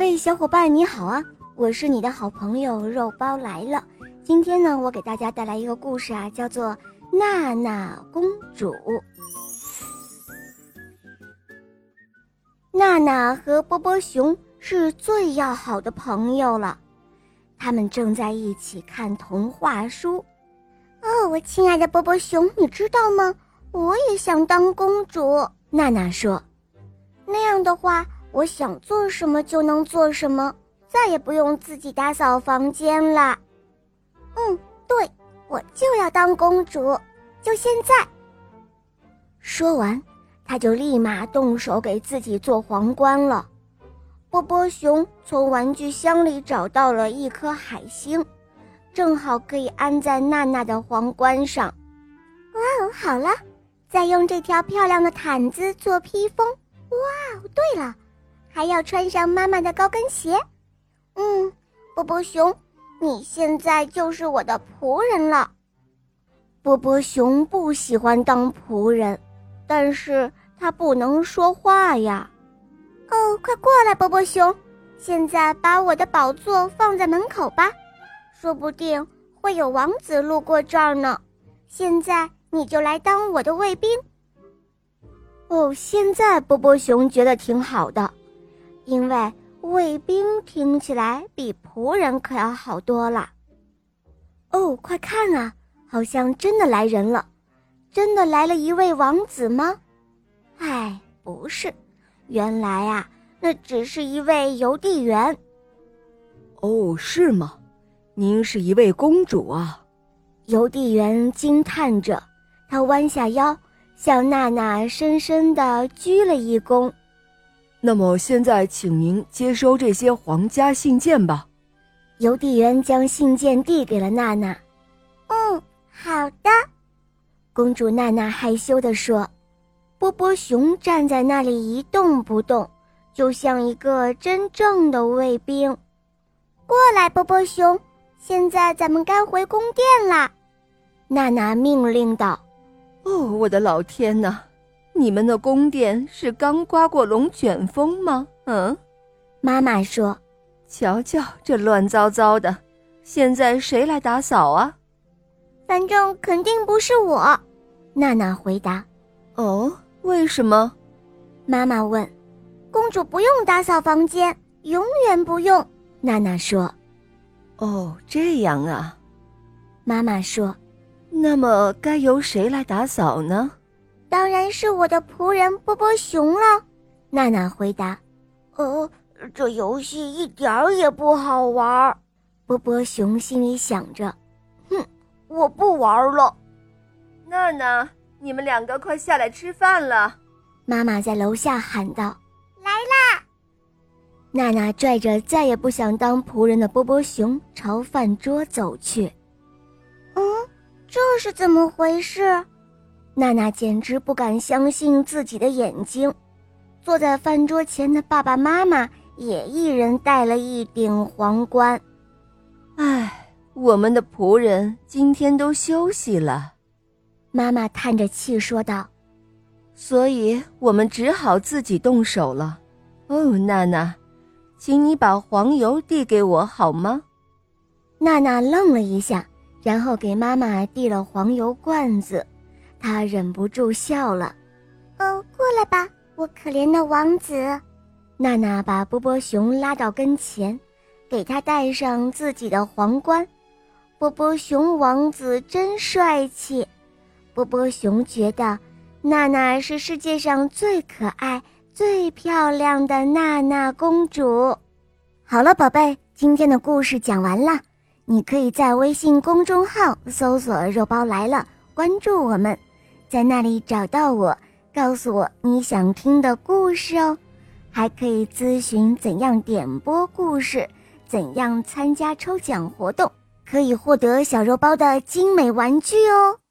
嘿，小伙伴你好啊，我是你的好朋友肉包来了。今天呢，我给大家带来一个故事啊，叫做娜娜公主。娜娜和波波熊是最要好的朋友了，他们正在一起看童话书。我亲爱的波波熊，你知道吗？我也想当公主。娜娜说，那样的话，我想做什么就能做什么，再也不用自己打扫房间了。对，我就要当公主，就现在。说完，他就立马动手给自己做皇冠了。波波熊从玩具箱里找到了一颗海星，正好可以安在娜娜的皇冠上。好了，再用这条漂亮的毯子做披风。对了，还要穿上妈妈的高跟鞋。波波熊，你现在就是我的仆人了。波波熊不喜欢当仆人，但是他不能说话呀。快过来，波波熊，现在把我的宝座放在门口吧，说不定会有王子路过这儿呢。现在你就来当我的卫兵。现在波波熊觉得挺好的，因为卫兵听起来比仆人可要好多了。快看啊，好像真的来人了。真的来了一位王子吗？不是，原来啊，那只是一位邮递员。 是吗？您是一位公主啊。 邮递员惊叹着，他弯下腰向娜娜深深地鞠了一躬。 那么现在请您接收这些皇家信件吧。 邮递员将信件递给了娜娜。好的。公主娜娜害羞地说。波波熊站在那里一动不动，就像一个真正的卫兵。过来，波波熊，现在咱们该回宫殿啦。娜娜命令道。 我的老天哪，你们的宫殿是刚刮过龙卷风吗？ 妈妈说。 瞧瞧这乱糟糟的，现在谁来打扫啊？ 反正肯定不是我，娜娜回答。 为什么？ 妈妈问。公主不用打扫房间，永远不用，娜娜说。 这样啊。 妈妈说。 那么该由谁来打扫呢？ 当然是我的仆人波波熊了，娜娜回答。这游戏一点儿也不好玩。波波熊心里想着，我不玩了。 娜娜，你们两个快下来吃饭了。 妈妈在楼下喊道。来啦！娜娜拽着再也不想当仆人的波波熊朝饭桌走去。这是怎么回事？娜娜简直不敢相信自己的眼睛。坐在饭桌前的爸爸妈妈也一人戴了一顶皇冠。 我们的仆人今天都休息了。 妈妈叹着气说道。 所以我们只好自己动手了。娜娜，请你把黄油递给我好吗？ 娜娜愣了一下，然后给妈妈递了黄油罐子。她忍不住笑了。过来吧，我可怜的王子。娜娜把波波熊拉到跟前，给他戴上自己的皇冠。波波熊王子真帅气。波波熊觉得娜娜是世界上最可爱、最漂亮的娜娜公主。好了，宝贝，今天的故事讲完了。你可以在微信公众号搜索肉包来了，关注我们，在那里找到我，告诉我你想听的故事哦。还可以咨询怎样点播故事，怎样参加抽奖活动，可以获得小肉包的精美玩具哦。